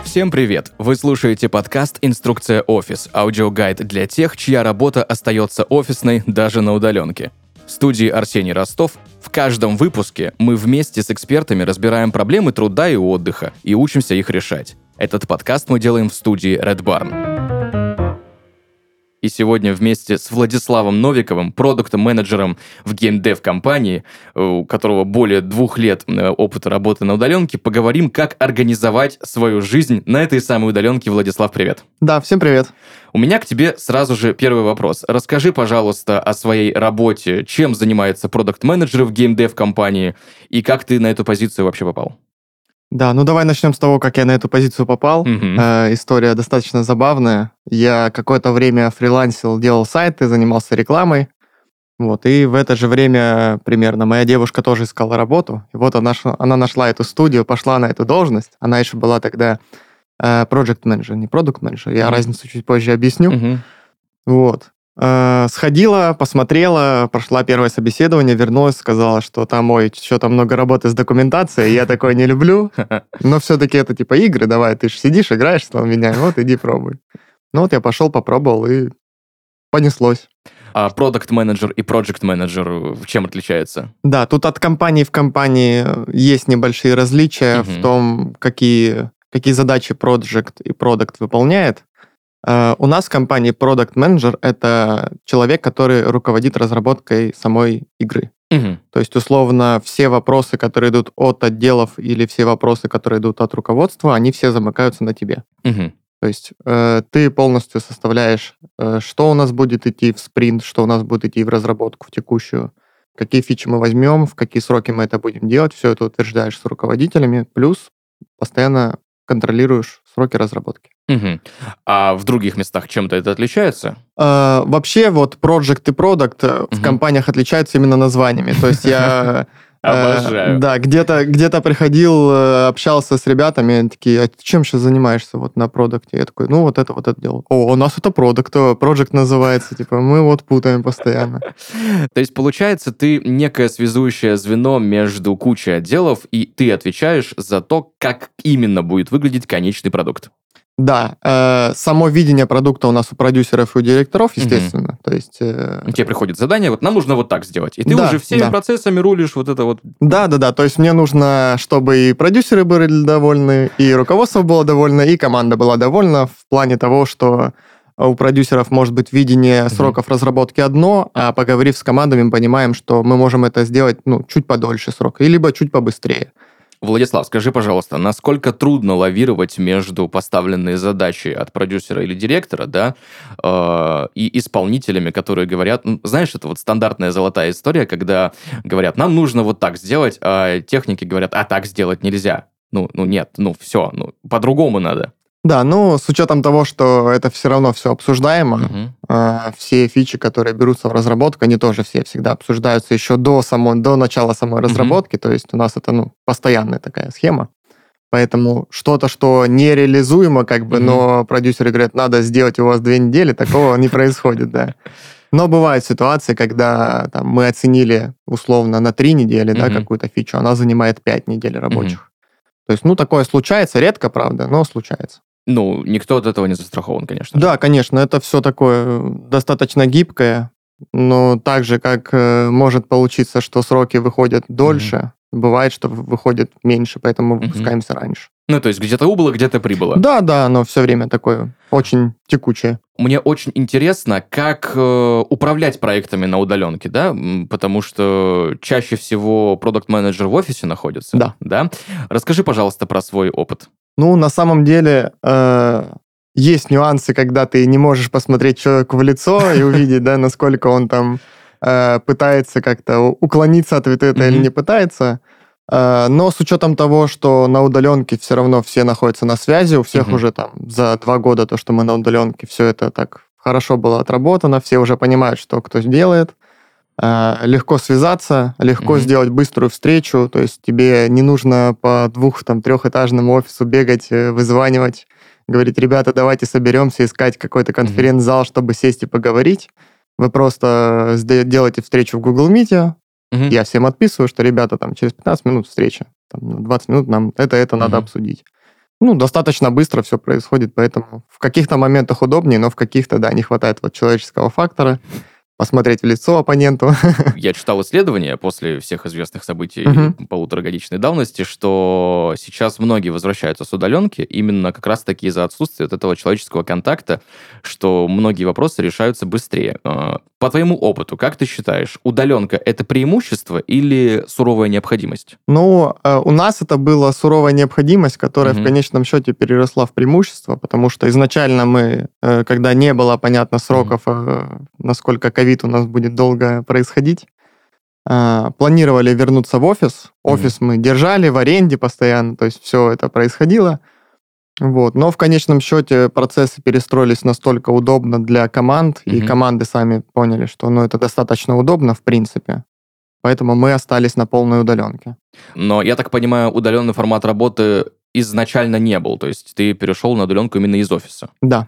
Всем привет! Вы слушаете подкаст «Инструкция Офис», аудиогайд для тех, чья работа остается офисной даже на удаленке. В студии Арсений Ростов. В каждом выпуске мы вместе с экспертами разбираем проблемы труда и отдыха и учимся их решать. Этот подкаст мы делаем в студии Red Barn. И сегодня вместе с Владиславом Новиковым, продукт-менеджером в геймдев-компании, у которого более 2 лет опыта работы на удаленке, поговорим, как организовать свою жизнь на этой самой удаленке. Владислав, привет. Да, всем привет. У меня к тебе сразу же первый вопрос. Расскажи, пожалуйста, о своей работе, чем занимается продукт-менеджер в геймдев-компании и как ты на эту позицию вообще попал? Да, ну давай начнем с того, как я на эту позицию попал. История достаточно забавная. Я какое-то время фрилансил, делал сайты, занимался рекламой. И в это же время примерно моя девушка тоже искала работу. И вот она нашла эту студию, пошла на эту должность. Она еще была тогда project-менеджер, не продукт-менеджер. Я разницу чуть позже объясню. Сходила, посмотрела, прошла первое собеседование, вернулась, сказала, что там, что-то много работы с документацией, я такое не люблю, но все-таки это типа игры, давай, ты же сидишь, играешь с меня, иди пробуй. Я пошел, попробовал, и понеслось. А продакт-менеджер и проект-менеджер в чем отличаются? Да, тут от компании в компании есть небольшие различия в том, какие задачи проект и продакт выполняет. У нас в компании продакт-менеджер — это человек, который руководит разработкой самой игры. То есть, условно, все вопросы, которые идут от отделов или все вопросы, которые идут от руководства, они все замыкаются на тебе. То есть ты полностью составляешь, что у нас будет идти в спринт, что у нас будет идти в разработку, в текущую, какие фичи мы возьмем, в какие сроки мы это будем делать, все это утверждаешь с руководителями, плюс постоянно контролируешь сроки разработки. А в других местах чем-то это отличается? Вообще, Project и Product в компаниях отличаются именно названиями. То есть я... Обожаю. Да, где-то приходил, общался с ребятами, они такие, а ты чем сейчас занимаешься на продукте? Я такой, вот это делал. У нас это Project называется, мы путаем постоянно. То есть, получается, ты некое связующее звено между кучей отделов, и ты отвечаешь за то, как именно будет выглядеть конечный продукт. Да, само видение продукта у нас у продюсеров и у директоров, естественно. То есть... Тебе приходит задание, нам нужно так сделать. И ты уже всеми процессами рулишь Да, то есть мне нужно, чтобы и продюсеры были довольны, и руководство было довольно, и команда была довольна в плане того, что у продюсеров может быть видение сроков разработки одно, а поговорив с командами, мы понимаем, что мы можем это сделать чуть подольше срока, либо чуть побыстрее. Владислав, скажи, пожалуйста, насколько трудно лавировать между поставленной задачей от продюсера или директора, и исполнителями, которые говорят, знаешь, это стандартная золотая история, когда говорят, нам нужно так сделать, а техники говорят, а так сделать нельзя. Нет, все, по-другому надо. Да, с учетом того, что это все равно все обсуждаемо, все фичи, которые берутся в разработку, они тоже все всегда обсуждаются еще до начала самой разработки, то есть у нас это постоянная такая схема. Поэтому что-то, что нереализуемо, но продюсеры говорят, надо сделать у вас 2 недели, такого не происходит, да. Но бывают ситуации, когда мы оценили условно на 3 недели какую-то фичу, она занимает 5 недель рабочих. То есть, такое случается, редко, правда, но случается. Никто от этого не застрахован, конечно. Да, конечно, это все такое достаточно гибкое, но так же, как может получиться, что сроки выходят дольше, бывает, что выходит меньше, поэтому мы выпускаемся раньше. То есть где-то убыло, где-то прибыло. Да, оно все время такое очень текучее. Мне очень интересно, как управлять проектами на удаленке, потому что чаще всего продакт-менеджер в офисе находится. Да? Расскажи, пожалуйста, про свой опыт. На самом деле есть нюансы, когда ты не можешь посмотреть человеку в лицо и увидеть, насколько он там пытается как-то уклониться от ответа или не пытается. Но с учетом того, что на удаленке все равно все находятся на связи, у всех уже за 2 года то, что мы на удаленке, все это так хорошо было отработано, все уже понимают, что кто делает. Легко связаться, легко сделать быструю встречу, то есть тебе не нужно по 2-3-этажному офису бегать, вызванивать, говорить, ребята, давайте соберемся, искать какой-то конференц-зал, чтобы сесть и поговорить. Вы просто делаете встречу в Google Meet, я всем отписываю, что, ребята, через 15 минут встреча, 20 минут нам это надо обсудить. достаточно быстро все происходит, поэтому в каких-то моментах удобнее, но в каких-то, да, не хватает вот человеческого фактора, посмотреть в лицо оппоненту. Я читал исследования после всех известных событий полуторагодичной давности, что сейчас многие возвращаются с удаленки именно как раз-таки из-за отсутствия вот этого человеческого контакта, что многие вопросы решаются быстрее. По твоему опыту, как ты считаешь, удаленка — это преимущество или суровая необходимость? У нас это была суровая необходимость, которая в конечном счете переросла в преимущество, потому что изначально мы, когда не было понятно сроков, насколько ковид у нас будет долго происходить, планировали вернуться в офис. Офис мы держали в аренде постоянно, то есть все это происходило. Вот. Но в конечном счете процессы перестроились настолько удобно для команд, и команды сами поняли, что это достаточно удобно в принципе. Поэтому мы остались на полной удаленке. Но, я так понимаю, удаленный формат работы изначально не был, то есть ты перешел на удаленку именно из офиса. Да.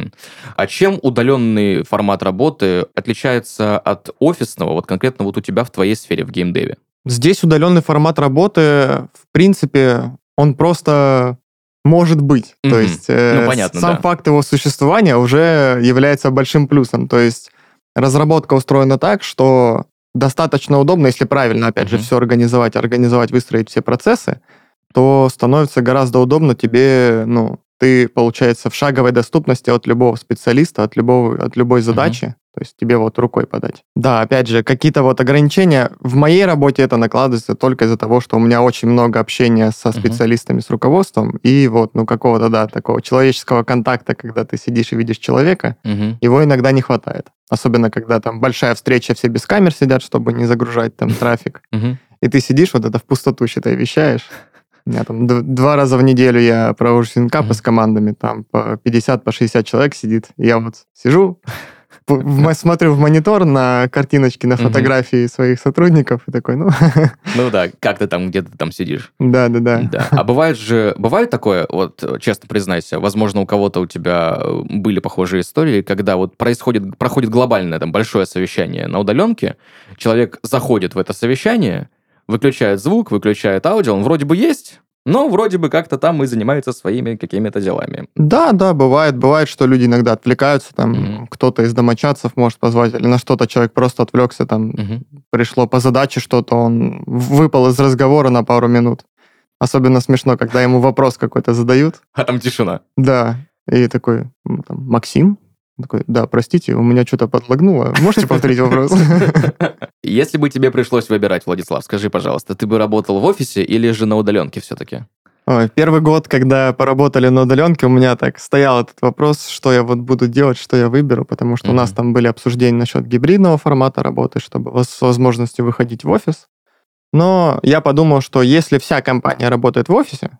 А чем удаленный формат работы отличается от офисного, вот конкретно вот у тебя в твоей сфере, в геймдеве? Здесь удаленный формат работы, в принципе, он просто может быть. То есть понятно, сам да. факт его существования уже является большим плюсом. То есть разработка устроена так, что достаточно удобно, если правильно, опять же, все организовать, выстроить все процессы, то становится гораздо удобно тебе, ты, получается, в шаговой доступности от любого специалиста, от любой задачи, то есть тебе вот рукой подать. Да, опять же, какие-то вот ограничения. В моей работе это накладывается только из-за того, что у меня очень много общения со специалистами, с руководством, и вот, какого-то, да, такого человеческого контакта, когда ты сидишь и видишь человека, его иногда не хватает. Особенно, когда там большая встреча, все без камер сидят, чтобы не загружать там трафик. И ты сидишь, вот это в пустоту, считай, вещаешь. У меня там 2 раза в неделю я провожу синкапы с командами, там по 50, по 60 человек сидит. И я вот сижу, смотрю в монитор на картиночки, на фотографии своих сотрудников и такой, да, как ты там где-то там сидишь. Да. А бывает такое, вот честно признайся, возможно, у кого-то у тебя были похожие истории, когда вот проходит глобальное там большое совещание на удаленке, человек заходит в это совещание, выключает звук, выключает аудио, он вроде бы есть, но вроде бы как-то там и занимается своими какими-то делами. Да, бывает, что люди иногда отвлекаются, там кто-то из домочадцев может позвать, или на что-то человек просто отвлекся, там пришло по задаче что-то, он выпал из разговора на пару минут. Особенно смешно, когда ему вопрос какой-то задают. А там тишина. Да, и такой, Максим? Такой, да, простите, у меня что-то подлагнуло. Можете повторить вопрос? Если бы тебе пришлось выбирать, Владислав, скажи, пожалуйста, ты бы работал в офисе или же на удаленке все-таки? Первый год, когда поработали на удаленке, у меня так стоял этот вопрос, что я вот буду делать, что я выберу, потому что у нас там были обсуждения насчет гибридного формата работы, чтобы с возможностью выходить в офис. Но я подумал, что если вся компания работает в офисе,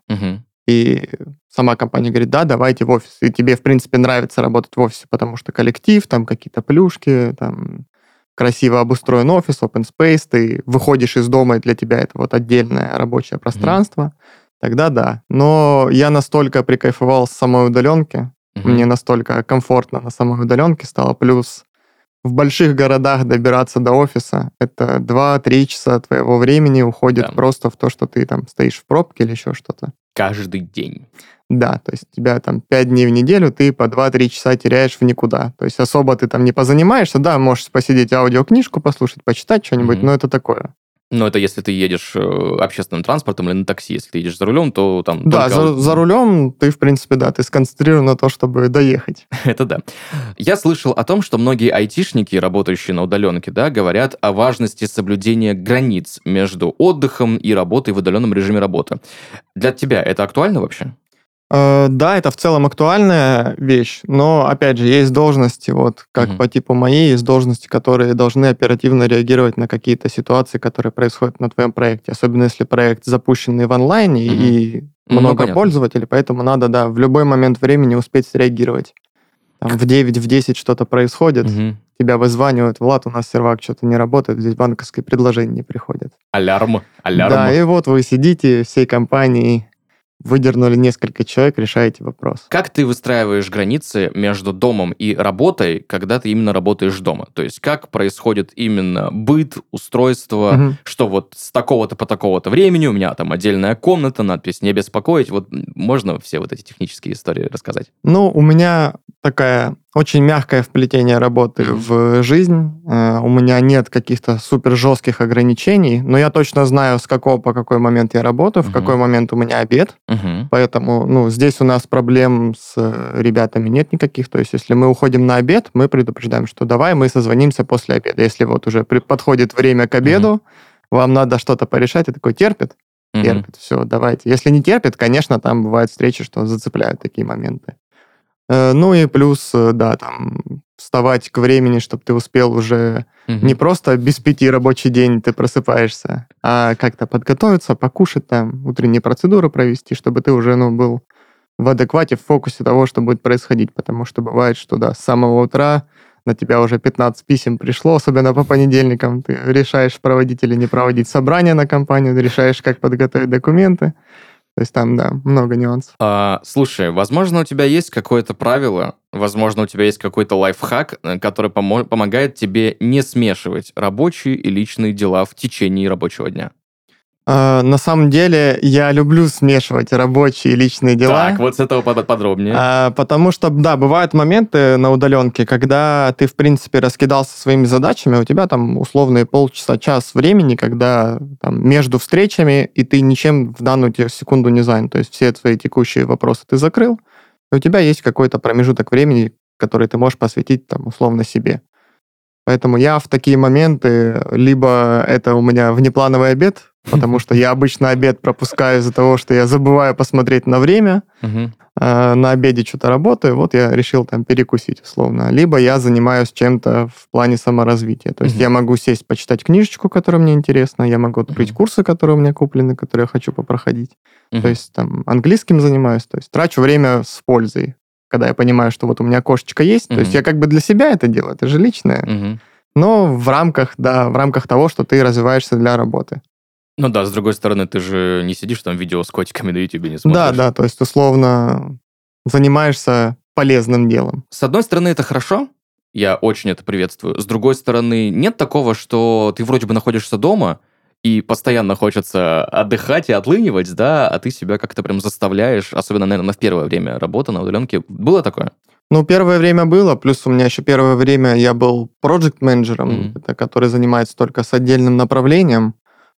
и сама компания говорит, да, давайте в офис, и тебе, в принципе, нравится работать в офисе, потому что коллектив, там какие-то плюшки, там красиво обустроен офис, open space, ты выходишь из дома, и для тебя это вот отдельное рабочее пространство, тогда да. Но я настолько прикайфовал с самой удаленки, мне настолько комфортно на самой удаленке стало, плюс в больших городах добираться до офиса, это 2-3 часа твоего времени уходит просто в то, что ты там стоишь в пробке или еще что-то. Каждый день. Да, то есть у тебя там 5 дней в неделю, ты по 2-3 часа теряешь в никуда. То есть особо ты там не позанимаешься, да, можешь посидеть аудиокнижку послушать, почитать что-нибудь, но это такое. Но это если ты едешь общественным транспортом или на такси. Если ты едешь за рулем, то там... Да, за рулем ты, в принципе, да, ты сконцентрирован на то, чтобы доехать. Это да. Я слышал о том, что многие айтишники, работающие на удаленке, да, говорят о важности соблюдения границ между отдыхом и работой в удаленном режиме работы. Для тебя это актуально вообще? Да, это в целом актуальная вещь, но, опять же, есть должности, вот как по типу моей, есть должности, которые должны оперативно реагировать на какие-то ситуации, которые происходят на твоем проекте, особенно если проект запущенный в онлайне и много пользователей, поэтому надо, да, в любой момент времени успеть среагировать. Там в 9, в 10 что-то происходит, тебя вызванивают, Влад, у нас сервак что-то не работает, здесь банковское предложение не приходит. Алярм. Да, и вот вы сидите всей компанией, выдернули несколько человек, решаете вопрос. Как ты выстраиваешь границы между домом и работой, когда ты именно работаешь дома? То есть как происходит именно быт, устройство, что вот с такого-то по такого-то времени у меня там отдельная комната, надпись «Не беспокоить». Вот можно все вот эти технические истории рассказать? Ну, у меня такая очень мягкое вплетение работы в жизнь. У меня нет каких-то супер жестких ограничений, но я точно знаю, с какого по какой момент я работаю, в какой момент у меня обед. Поэтому, ну, здесь у нас проблем с ребятами нет никаких. То есть, если мы уходим на обед, мы предупреждаем, что давай мы созвонимся после обеда. Если вот уже подходит время к обеду, вам надо что-то порешать, и такой терпит? Терпит, все, давайте. Если не терпит, конечно, там бывают встречи, что зацепляют такие моменты. Ну и плюс, да, там, вставать к времени, чтобы ты успел уже не просто без 5 рабочий день ты просыпаешься, а как-то подготовиться, покушать там, утренние процедуры провести, чтобы ты уже, ну, был в адеквате, в фокусе того, что будет происходить. Потому что бывает, что, да, с самого утра на тебя уже 15 писем пришло, особенно по понедельникам. Ты решаешь, проводить или не проводить собрание на компанию, ты решаешь, как подготовить документы. То есть там, да, много нюансов. Слушай, возможно, у тебя есть какое-то правило, возможно, у тебя есть какой-то лайфхак, который помогает тебе не смешивать рабочие и личные дела в течение рабочего дня. На самом деле, я люблю смешивать рабочие и личные дела. Так, вот с этого подробнее. Потому что, да, бывают моменты на удаленке, когда ты, в принципе, раскидался своими задачами, у тебя там условные полчаса, час времени, когда там между встречами, и ты ничем в данную секунду не занят. То есть все свои текущие вопросы ты закрыл, и у тебя есть какой-то промежуток времени, который ты можешь посвятить там условно себе. Поэтому я в такие моменты, либо это у меня внеплановый обед, потому что я обычно обед пропускаю из-за того, что я забываю посмотреть на время, на обеде что-то работаю, вот я решил там перекусить условно. Либо я занимаюсь чем-то в плане саморазвития. То есть я могу сесть, почитать книжечку, которая мне интересна, я могу открыть курсы, которые у меня куплены, которые я хочу попроходить. То есть там английским занимаюсь, то есть трачу время с пользой. Когда я понимаю, что вот у меня окошечко есть, то есть я как бы для себя это делаю, это же личное, но в рамках, да, в рамках того, что ты развиваешься для работы. Ну да, с другой стороны, ты же не сидишь там видео с котиками на YouTube не смотришь. Да, то есть условно занимаешься полезным делом. С одной стороны, это хорошо, я очень это приветствую. С другой стороны, нет такого, что ты вроде бы находишься дома, и постоянно хочется отдыхать и отлынивать, да, а ты себя как-то прям заставляешь, особенно, наверное, в первое время работы на удаленке. Было такое? Ну, первое время было, плюс у меня еще первое время я был проект-менеджером, который занимается только с отдельным направлением,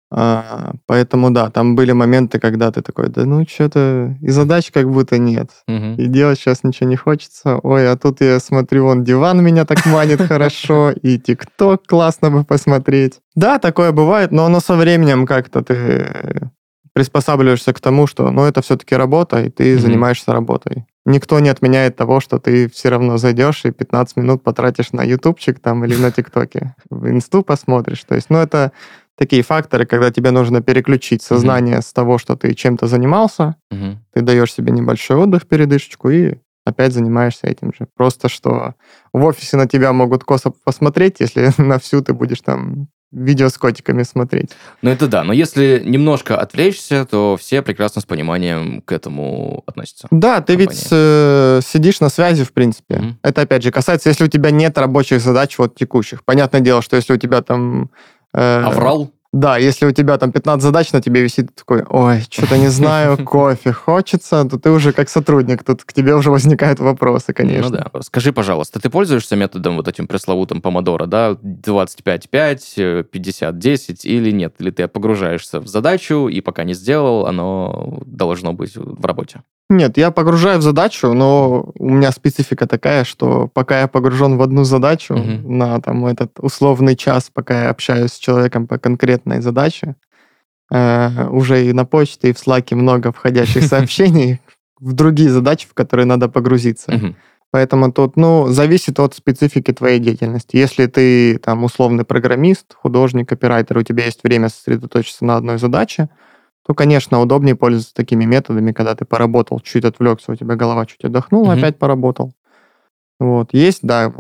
поэтому, да, там были моменты, когда ты такой, да ну, что-то и задач как будто нет, и делать сейчас ничего не хочется. Ой, а тут я смотрю, вон диван меня так манит хорошо, и ТикТок классно бы посмотреть. Да, такое бывает, но оно со временем как-то ты приспосабливаешься к тому, что, ну, это все-таки работа, и ты занимаешься работой. Никто не отменяет того, что ты все равно зайдешь и 15 минут потратишь на ютубчик там или на ТикТоке, в инсту посмотришь. То есть, ну, это такие факторы, когда тебе нужно переключить сознание с того, что ты чем-то занимался, ты даешь себе небольшой отдых, передышечку, и опять занимаешься этим же. Просто что в офисе на тебя могут косо посмотреть, если на всю ты будешь там видео с котиками смотреть. Ну, это да. Но если немножко отвлечься, то все прекрасно с пониманием к этому относятся. Да, ты ведь сидишь на связи, в принципе. Это, опять же, касается, если у тебя нет рабочих задач вот текущих. Понятное дело, что если у тебя там... Аврал? Да, если у тебя там 15 задач на тебе висит, ты такой, ой, что-то не знаю, кофе хочется, то ты уже как сотрудник, тут к тебе уже возникают вопросы, конечно. Ну да. Скажи, пожалуйста, ты пользуешься методом вот этим пресловутым помодоро, да, 25-5, 50-10 или нет? Или ты погружаешься в задачу, и пока не сделал, оно должно быть в работе? Нет, я погружаю в задачу, но у меня специфика такая, что пока я погружен в одну задачу на там этот условный час, пока я общаюсь с человеком по конкретной задаче, уже и на почте, и в Slack много входящих сообщений в другие задачи, в которые надо погрузиться. Поэтому тут, ну, зависит от специфики твоей деятельности. Если ты там условный программист, художник, копирайтер, у тебя есть время сосредоточиться на одной задаче, то, конечно, удобнее пользоваться такими методами, когда ты поработал, чуть отвлекся, у тебя голова чуть отдохнула, опять поработал. Вот. Есть, да, вот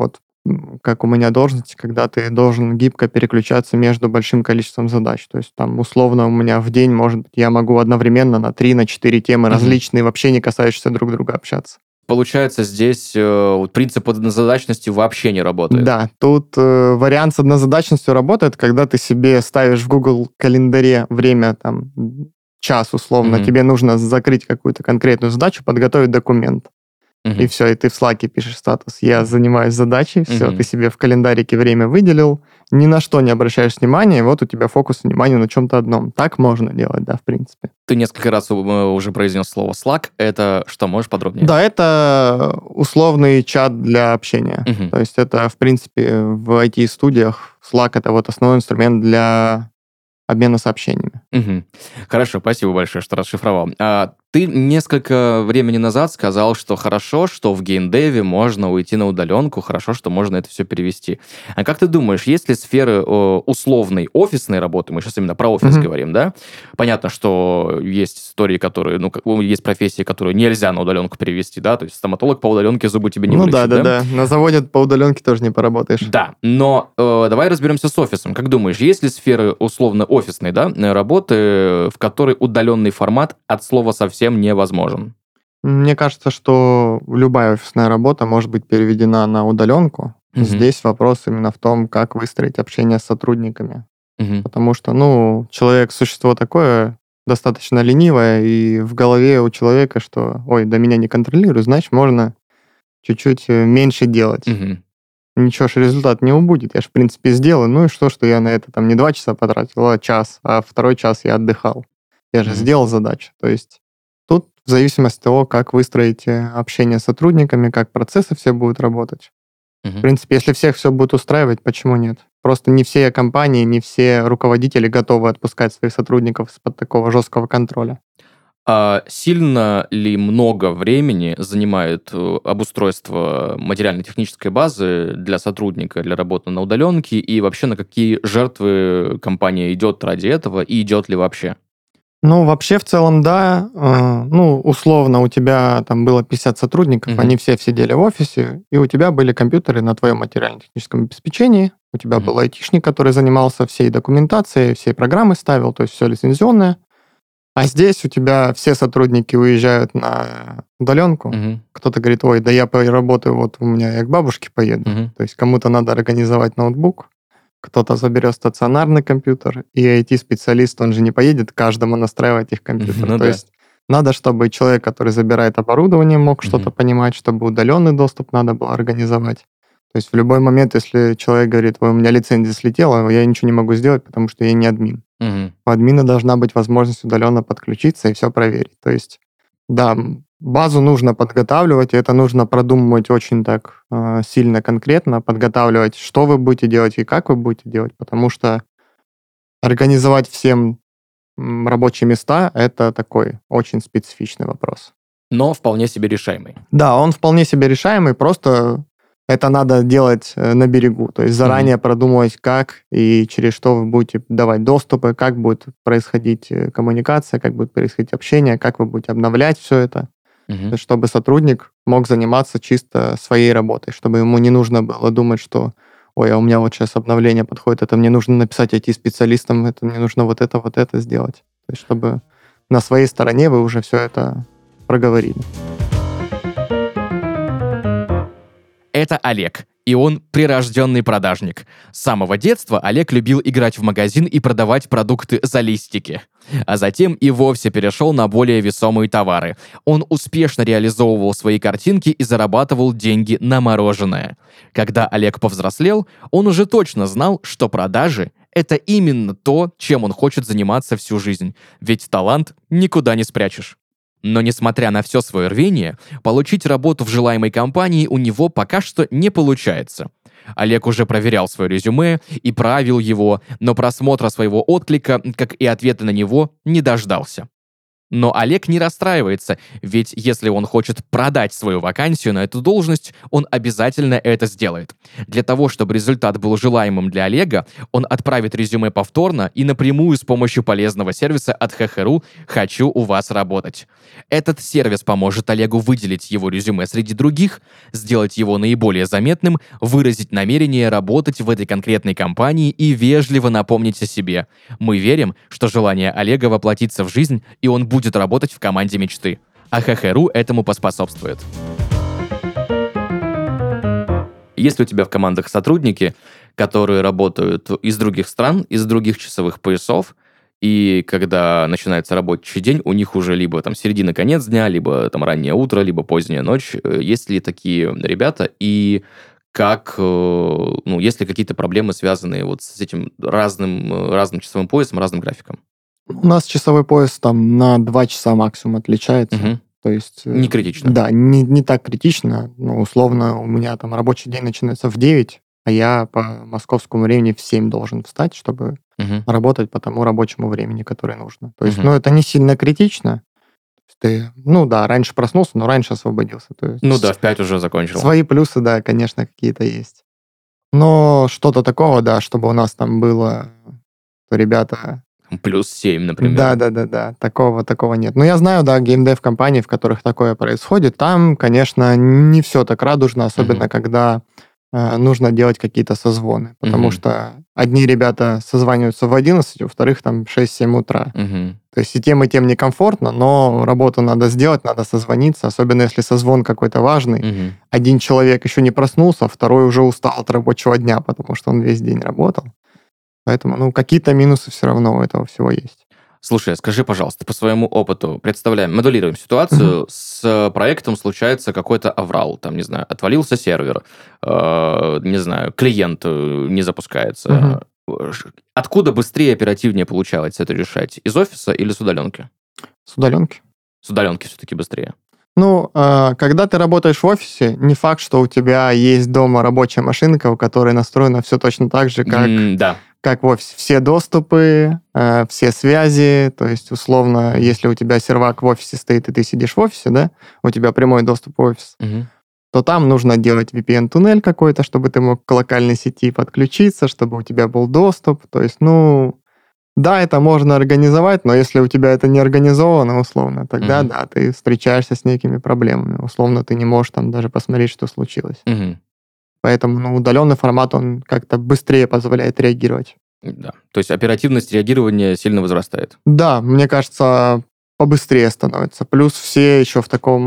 как у меня должности, когда ты должен гибко переключаться между большим количеством задач. То есть там условно у меня в день, может быть, я могу одновременно на 3, на 4 темы различные, вообще не касающиеся друг друга общаться. Получается, здесь принцип однозадачности вообще не работает. Да, тут вариант с однозадачностью работает, когда ты себе ставишь в Google календаре время, там, час условно, тебе нужно закрыть какую-то конкретную задачу, подготовить документ. И все, и ты в Slack пишешь статус. Я занимаюсь задачей, все, ты себе в календарике время выделил, ни на что не обращаешь внимания, и вот у тебя фокус внимания на чем-то одном. Так можно делать, да, в принципе. Ты несколько раз уже произнес слово Slack. Это что, можешь подробнее? Да, это условный чат для общения. То есть это, в принципе, в IT-студиях Slack — это вот основной инструмент для обмена сообщениями. Хорошо, спасибо большое, что расшифровал. Ты несколько времени назад сказал, что хорошо, что в геймдеве можно уйти на удаленку, хорошо, что можно это все перевести. А как ты думаешь, есть ли сферы условной офисной работы, мы сейчас именно про офис говорим, да? Понятно, что есть истории, которые, есть профессии, которые нельзя на удаленку перевести, да? То есть стоматолог по удаленке зубы тебе не вылечит, да. На заводе по удаленке тоже не поработаешь. Да, но давай разберемся с офисом. Как думаешь, есть ли сферы условно офисной, да, работы, в которой удаленный формат от слова совсем невозможен? Мне кажется, что любая офисная работа может быть переведена на удаленку. Здесь вопрос именно в том, как выстроить общение с сотрудниками. Потому что, человек — существо такое достаточно ленивое, и в голове у человека, что, да меня не контролирую, значит, можно чуть-чуть меньше делать. Ничего ж, результат не убудет. Я ж, в принципе, сделаю. Ну и что я на это там не 2 часа потратил, а час, а второй час я отдыхал. Я же сделал задачу. То есть тут в зависимости от того, как выстроить общение с сотрудниками, как процессы все будут работать. В принципе, если всех все будет устраивать, почему нет? Просто не все компании, не все руководители готовы отпускать своих сотрудников из-под такого жесткого контроля. А сильно ли много времени занимает обустройство материально-технической базы для сотрудника, для работы на удаленке, и вообще на какие жертвы компания идет ради этого, и идет ли вообще? Вообще, в целом, да. Условно, у тебя там было 50 сотрудников, они все сидели в офисе, и у тебя были компьютеры на твоем материально-техническом обеспечении, у тебя был айтишник, который занимался всей документацией, все программы ставил, то есть все лицензионное. А здесь у тебя все сотрудники уезжают на удаленку. Кто-то говорит, да я поработаю, вот у меня я к бабушке поеду. То есть кому-то надо организовать ноутбук, кто-то заберет стационарный компьютер, и IT-специалист, он же не поедет каждому настраивать их компьютер. То есть надо, чтобы человек, который забирает оборудование, мог что-то понимать, чтобы удаленный доступ надо было организовать. То есть в любой момент, если человек говорит, у меня лицензия слетела, я ничего не могу сделать, потому что я не админ. У админа должна быть возможность удаленно подключиться и все проверить. То есть, да, базу нужно подготавливать, и это нужно продумывать очень так сильно, конкретно, подготавливать, что вы будете делать и как вы будете делать, потому что организовать всем рабочие места — это такой очень специфичный вопрос. Но вполне себе решаемый. Да, он вполне себе решаемый, просто это надо делать на берегу, то есть заранее продумывать, как и через что вы будете давать доступы, как будет происходить коммуникация, как будет происходить общение, как вы будете обновлять все это, чтобы сотрудник мог заниматься чисто своей работой, чтобы ему не нужно было думать, что а у меня вот сейчас обновление подходит, это мне нужно написать IT-специалистам, это мне нужно вот это сделать. То есть чтобы на своей стороне вы уже все это проговорили. Это Олег, и он прирожденный продажник. С самого детства Олег любил играть в магазин и продавать продукты за листики. А затем и вовсе перешел на более весомые товары. Он успешно реализовывал свои картинки и зарабатывал деньги на мороженое. Когда Олег повзрослел, он уже точно знал, что продажи — это именно то, чем он хочет заниматься всю жизнь. Ведь талант никуда не спрячешь. Но несмотря на все свое рвение, получить работу в желаемой компании у него пока что не получается. Олег уже проверял свое резюме и правил его, но просмотра своего отклика, как и ответа на него, не дождался. Но Олег не расстраивается, ведь если он хочет продать свою вакансию на эту должность, он обязательно это сделает. Для того, чтобы результат был желаемым для Олега, он отправит резюме повторно и напрямую с помощью полезного сервиса от ХХРУ «Хочу у вас работать». Этот сервис поможет Олегу выделить его резюме среди других, сделать его наиболее заметным, выразить намерение работать в этой конкретной компании и вежливо напомнить о себе. Мы верим, что желание Олега воплотится в жизнь, и он будет работать в команде мечты. А ХХРУ этому поспособствует. Есть ли у тебя в командах сотрудники, которые работают из других стран, из других часовых поясов, и когда начинается рабочий день, у них уже либо там середина-конец дня, либо там раннее утро, либо поздняя ночь. Есть ли такие ребята, и как, есть ли какие-то проблемы, связанные вот с этим разным часовым поясом, разным графиком? У нас часовой пояс там на 2 часа максимум отличается. Угу. То есть... Не критично. Да, не так критично. Ну, условно, у меня там рабочий день начинается в 9, а я по московскому времени в 7 должен встать, чтобы работать по тому рабочему времени, которое нужно. То есть, это не сильно критично. Ты, раньше проснулся, но раньше освободился. То есть в 5 уже закончил. Свои плюсы, да, конечно, какие-то есть. Но что-то такого, да, чтобы у нас там было, то ребята... Плюс 7, например. Да. Такого нет. Но я знаю, да, геймдев-компании, в которых такое происходит. Там, конечно, не все так радужно, особенно когда нужно делать какие-то созвоны. Потому что одни ребята созваниваются в 11, у вторых там 6-7 утра. То есть и тем некомфортно, но работу надо сделать, надо созвониться, особенно если созвон какой-то важный. Один человек еще не проснулся, второй уже устал от рабочего дня, потому что он весь день работал. Поэтому, какие-то минусы все равно у этого всего есть. Слушай, скажи, пожалуйста, по своему опыту, моделируем ситуацию, с проектом случается какой-то аврал, там, не знаю, отвалился сервер, не знаю, клиент не запускается. Откуда быстрее, оперативнее получалось это решать? Из офиса или с удаленки? С удаленки. С удаленки все-таки быстрее. Когда ты работаешь в офисе, не факт, что у тебя есть дома рабочая машинка, у которой настроено все точно так же, как в офисе. Все доступы, все связи, то есть, условно, если у тебя сервак в офисе стоит, и ты сидишь в офисе, да, у тебя прямой доступ в офис, то там нужно делать VPN-туннель какой-то, чтобы ты мог к локальной сети подключиться, чтобы у тебя был доступ. То есть, да, это можно организовать, но если у тебя это не организовано, условно, тогда, да, ты встречаешься с некими проблемами. Условно, ты не можешь там даже посмотреть, что случилось. Поэтому, удаленный формат, он как-то быстрее позволяет реагировать. Да, то есть оперативность реагирования сильно возрастает. Да, мне кажется, побыстрее становится. Плюс все еще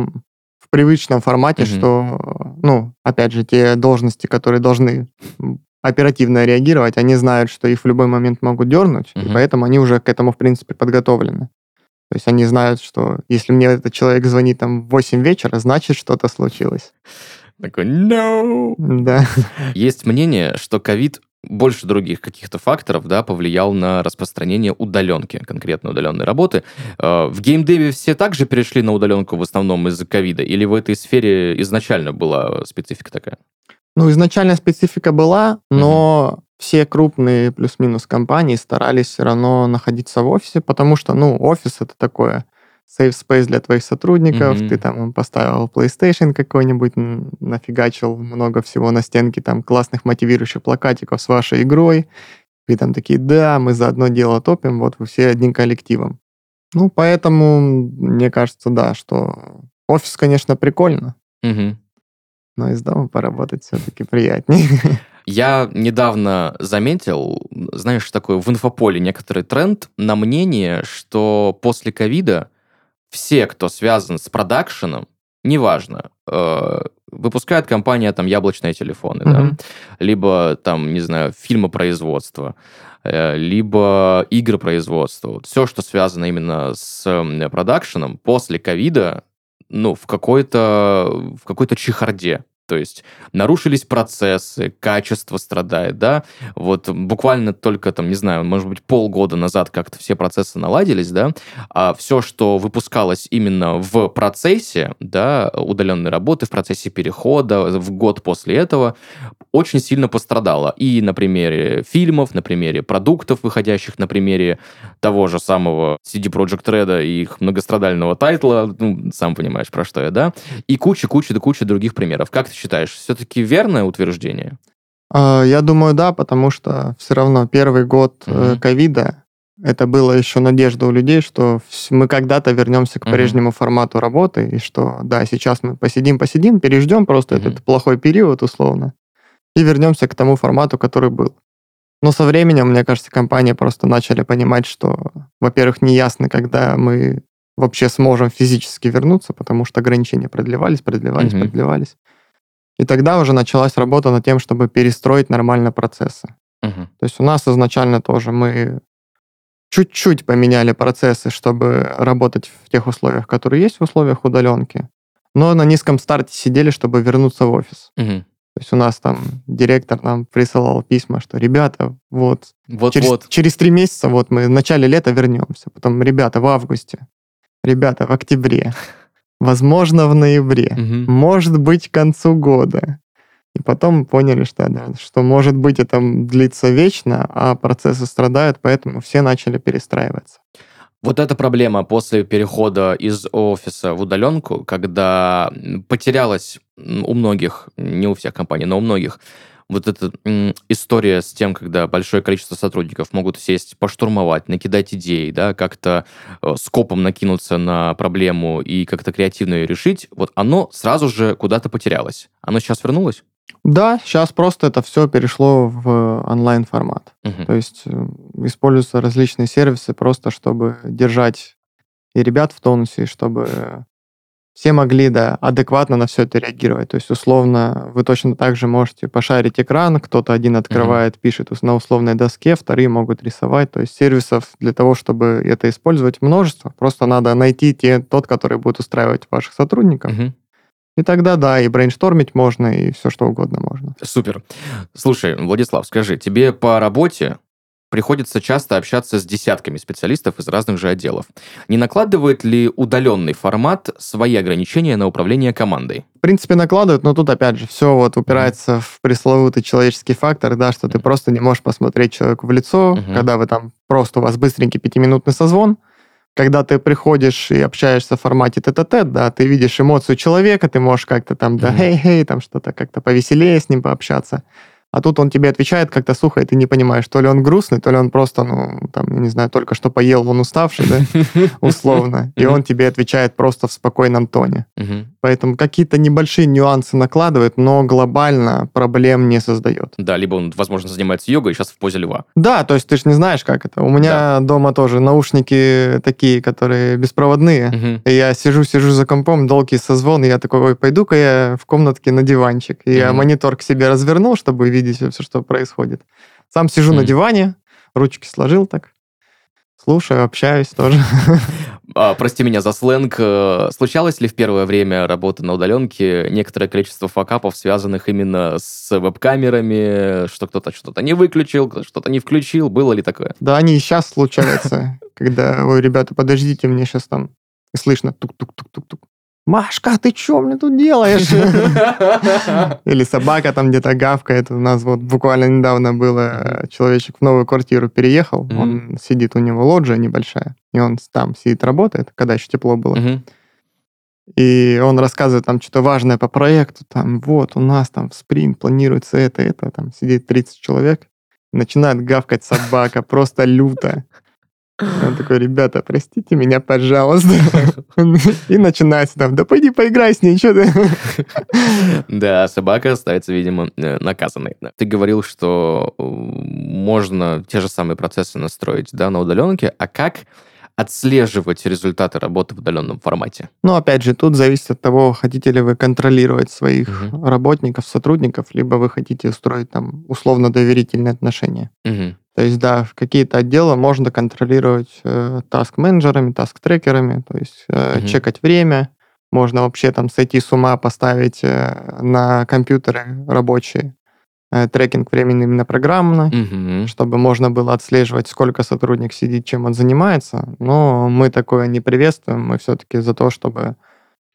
в привычном формате, что, опять же, те должности, которые должны оперативно реагировать, они знают, что их в любой момент могут дернуть, и поэтому они уже к этому, в принципе, подготовлены. То есть они знают, что если мне этот человек звонит там в 8 вечера, значит, что-то случилось. Такой, no! Да. Есть мнение, что ковид больше других каких-то факторов, да, повлиял на распространение удаленки, конкретно удаленной работы. В геймдеве все также перешли на удаленку в основном из-за ковида? Или в этой сфере изначально была специфика такая? Изначально специфика была, но все крупные плюс-минус компании старались все равно находиться в офисе, потому что, офис — это такое safe space для твоих сотрудников, ты там поставил PlayStation какой-нибудь, нафигачил много всего на стенке, там классных мотивирующих плакатиков с вашей игрой, и там такие, да, мы за одно дело топим, вот вы все одним коллективом. Поэтому, мне кажется, да, что офис, конечно, прикольно, но из дома поработать все-таки приятнее. Я недавно заметил, знаешь, такой в инфополе некоторый тренд на мнение, что после ковида все, кто связан с продакшеном, неважно, выпускает компания там яблочные телефоны, да, либо там, не знаю, фильмопроизводство, либо игропроизводство. Все, что связано именно с продакшеном, после ковида, в какой-то чехарде. То есть нарушились процессы, качество страдает, да. Вот буквально только там, не знаю, может быть, полгода назад как-то все процессы наладились, да, а все, что выпускалось именно в процессе, да, удаленной работы, в процессе перехода, в год после этого, очень сильно пострадала. И на примере фильмов, на примере продуктов, выходящих, на примере того же самого CD Projekt Red и их многострадального тайтла, ну, сам понимаешь, про что я, да? И куча других примеров. Как ты считаешь, все-таки верное утверждение? Я думаю, да, потому что все равно первый год ковида, это было еще надежда у людей, что мы когда-то вернемся к прежнему формату работы, и что, да, сейчас мы посидим, переждем просто этот плохой период условно, и вернемся к тому формату, который был. Но со временем, мне кажется, компании просто начали понимать, что, во-первых, неясно, когда мы вообще сможем физически вернуться, потому что ограничения продлевались. И тогда уже началась работа над тем, чтобы перестроить нормально процессы. То есть у нас изначально тоже мы чуть-чуть поменяли процессы, чтобы работать в тех условиях, которые есть в условиях удаленки, но на низком старте сидели, чтобы вернуться в офис. То есть у нас там директор нам присылал письма, что ребята, через 3 месяца вот мы в начале лета вернемся, потом ребята в августе, ребята в октябре, возможно в ноябре, может быть к концу года. И потом поняли, что может быть это длится вечно, а процессы страдают, поэтому все начали перестраиваться. Вот эта проблема после перехода из офиса в удаленку, когда потерялась у многих, не у всех компаний, но у многих, вот эта история с тем, когда большое количество сотрудников могут сесть, поштурмовать, накидать идеи, да, как-то скопом накинуться на проблему и как-то креативно ее решить, вот оно сразу же куда-то потерялось. Оно сейчас вернулось? Да, сейчас просто это все перешло в онлайн-формат. То есть используются различные сервисы просто, чтобы держать и ребят в тонусе, и чтобы все могли, да, адекватно на все это реагировать. То есть, условно, вы точно так же можете пошарить экран, кто-то один открывает, пишет на условной доске, вторые могут рисовать. То есть сервисов для того, чтобы это использовать, множество. Просто надо найти тот, который будет устраивать ваших сотрудников. И тогда, да, и брейнштормить можно, и все что угодно можно. Супер. Слушай, Владислав, скажи, тебе по работе приходится часто общаться с десятками специалистов из разных же отделов. Не накладывает ли удаленный формат свои ограничения на управление командой? В принципе, накладывают, но тут, опять же, все вот упирается в пресловутый человеческий фактор, да, что ты просто не можешь посмотреть человеку в лицо, когда вы там просто у вас быстренький 5-минутный созвон. Когда ты приходишь и общаешься в формате тет-а-тет, да, ты видишь эмоцию человека, ты можешь как-то там, да, хей-хей, там что-то как-то повеселее с ним пообщаться. А тут он тебе отвечает как-то сухо, и ты не понимаешь, то ли он грустный, то ли он просто, там, я не знаю, только что поел, он уставший, да, условно. И он тебе отвечает просто в спокойном тоне. Поэтому какие-то небольшие нюансы накладывает, но глобально проблем не создает. Да, либо он, возможно, занимается йогой, сейчас в позе льва. Да, то есть ты же не знаешь, как это. У меня дома тоже наушники такие, которые беспроводные. И я сижу за компом, долгий созвон, и я такой, ой, пойду-ка я в комнатке на диванчик. И я монитор к себе развернул, чтобы видеть все, что происходит. Сам сижу на диване, ручки сложил так, слушаю, общаюсь тоже. Прости меня за сленг. Случалось ли в первое время работы на удаленке некоторое количество факапов, связанных именно с веб-камерами, что кто-то что-то не выключил, что-то не включил? Было ли такое? Да, они и сейчас случаются, когда, ой, ребята, подождите, мне сейчас там слышно тук-тук-тук-тук-тук. Машка, ты что мне тут делаешь? Или собака там где-то гавкает. У нас вот буквально недавно было, человечек в новую квартиру переехал, он сидит, у него лоджия небольшая, и он там сидит, работает, когда еще тепло было. И он рассказывает там что-то важное по проекту, там вот у нас там в спринт планируется это, там сидит 30 человек, начинает гавкать собака, просто люто. Он такой, ребята, простите меня, пожалуйста. И начинается там, да пойди поиграй с ней, что ты? Да, собака становится, видимо, наказанной. Ты говорил, что можно те же самые процессы настроить, да, на удаленке, а как отслеживать результаты работы в удаленном формате? Ну, опять же, тут зависит от того, хотите ли вы контролировать своих работников, сотрудников, либо вы хотите устроить там условно-доверительные отношения. То есть, да, в какие-то отделы можно контролировать таск-менеджерами, таск-трекерами, то есть чекать время, можно вообще там сойти с ума, поставить на компьютеры рабочие трекинг времени именно программно, чтобы можно было отслеживать, сколько сотрудник сидит, чем он занимается. Но мы такое не приветствуем, мы все-таки за то, чтобы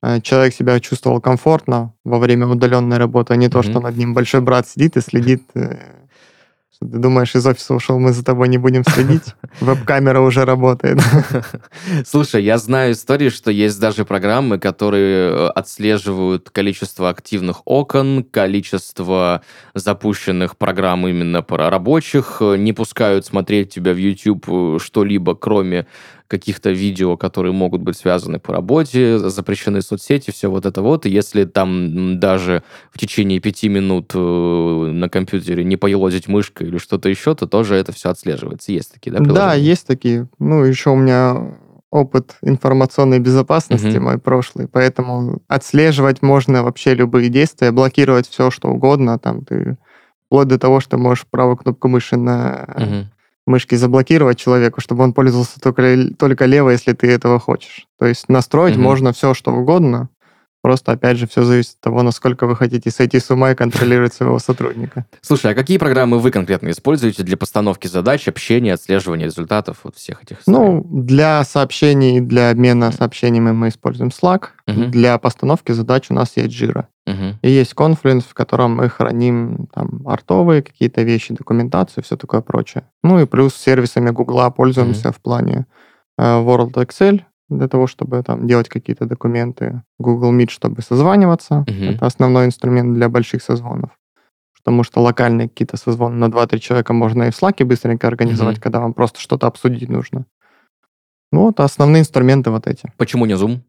человек себя чувствовал комфортно во время удаленной работы, а не то, что над ним большой брат сидит и следит. Что ты думаешь, из офиса ушел, мы за тобой не будем следить? Веб-камера уже работает. Слушай, я знаю истории, что есть даже программы, которые отслеживают количество активных окон, количество запущенных программ именно рабочих, не пускают смотреть тебя в YouTube что-либо, кроме каких-то видео, которые могут быть связаны по работе, запрещены соцсети, все вот это вот. И если там даже в течение 5 минут на компьютере не поелозить мышкой или что-то еще, то тоже это все отслеживается. Есть такие, да, приложения? Да, есть такие. Ну, еще у меня опыт информационной безопасности мой прошлый, поэтому отслеживать можно вообще любые действия, блокировать все, что угодно. Там ты вплоть до того, что можешь правую кнопку мыши на мышке заблокировать человеку, чтобы он пользовался только левой, если ты этого хочешь. То есть настроить можно все, что угодно. Просто, опять же, все зависит от того, насколько вы хотите сойти с ума и контролировать своего сотрудника. Слушай, а какие программы вы конкретно используете для постановки задач, общения, отслеживания результатов вот всех этих историй? Ну, для сообщений, для обмена сообщениями мы используем Slack. Для постановки задач у нас есть Jira. И есть Confluence, в котором мы храним там артовые какие-то вещи, документацию, все такое прочее. Ну и плюс сервисами Google пользуемся в плане World Excel, для того, чтобы там делать какие-то документы, Google Meet, чтобы созваниваться. Это основной инструмент для больших созвонов. Потому что локальные какие-то созвоны на 2-3 человека можно и в Slack быстренько организовать, когда вам просто что-то обсудить нужно. Ну вот основные инструменты вот эти. Почему не Zoom?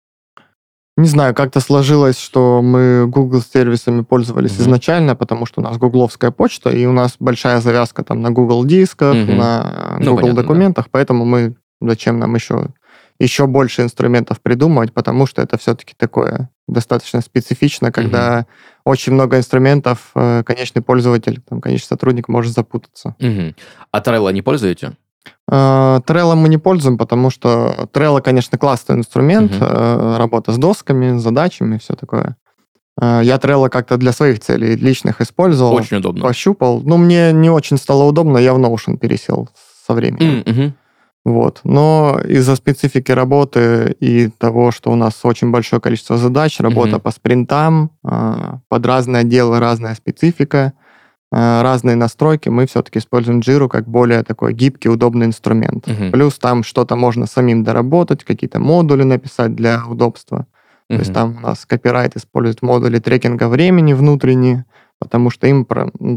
Не знаю, как-то сложилось, что мы Google сервисами пользовались изначально, потому что у нас гугловская почта, и у нас большая завязка там на Google дисках, на Google документах, поэтому зачем нам еще больше инструментов придумывать, потому что это все-таки такое достаточно специфично, когда очень много инструментов, конечный пользователь, там, конечный сотрудник может запутаться. А Trello не пользуете? Trello мы не пользуем, потому что Trello, конечно, классный инструмент, работа с досками, с задачами и все такое. Я Trello как-то для своих целей личных использовал. Очень удобно. Пощупал. Ну, мне не очень стало удобно, я в Notion пересел со временем. Вот. Но из-за специфики работы и того, что у нас очень большое количество задач, работа по спринтам, под разные отделы разная специфика, разные настройки, мы все-таки используем Jira как более такой гибкий, удобный инструмент. Плюс там что-то можно самим доработать, какие-то модули написать для удобства. То есть там у нас копирайт использует модули трекинга времени внутренние, потому что им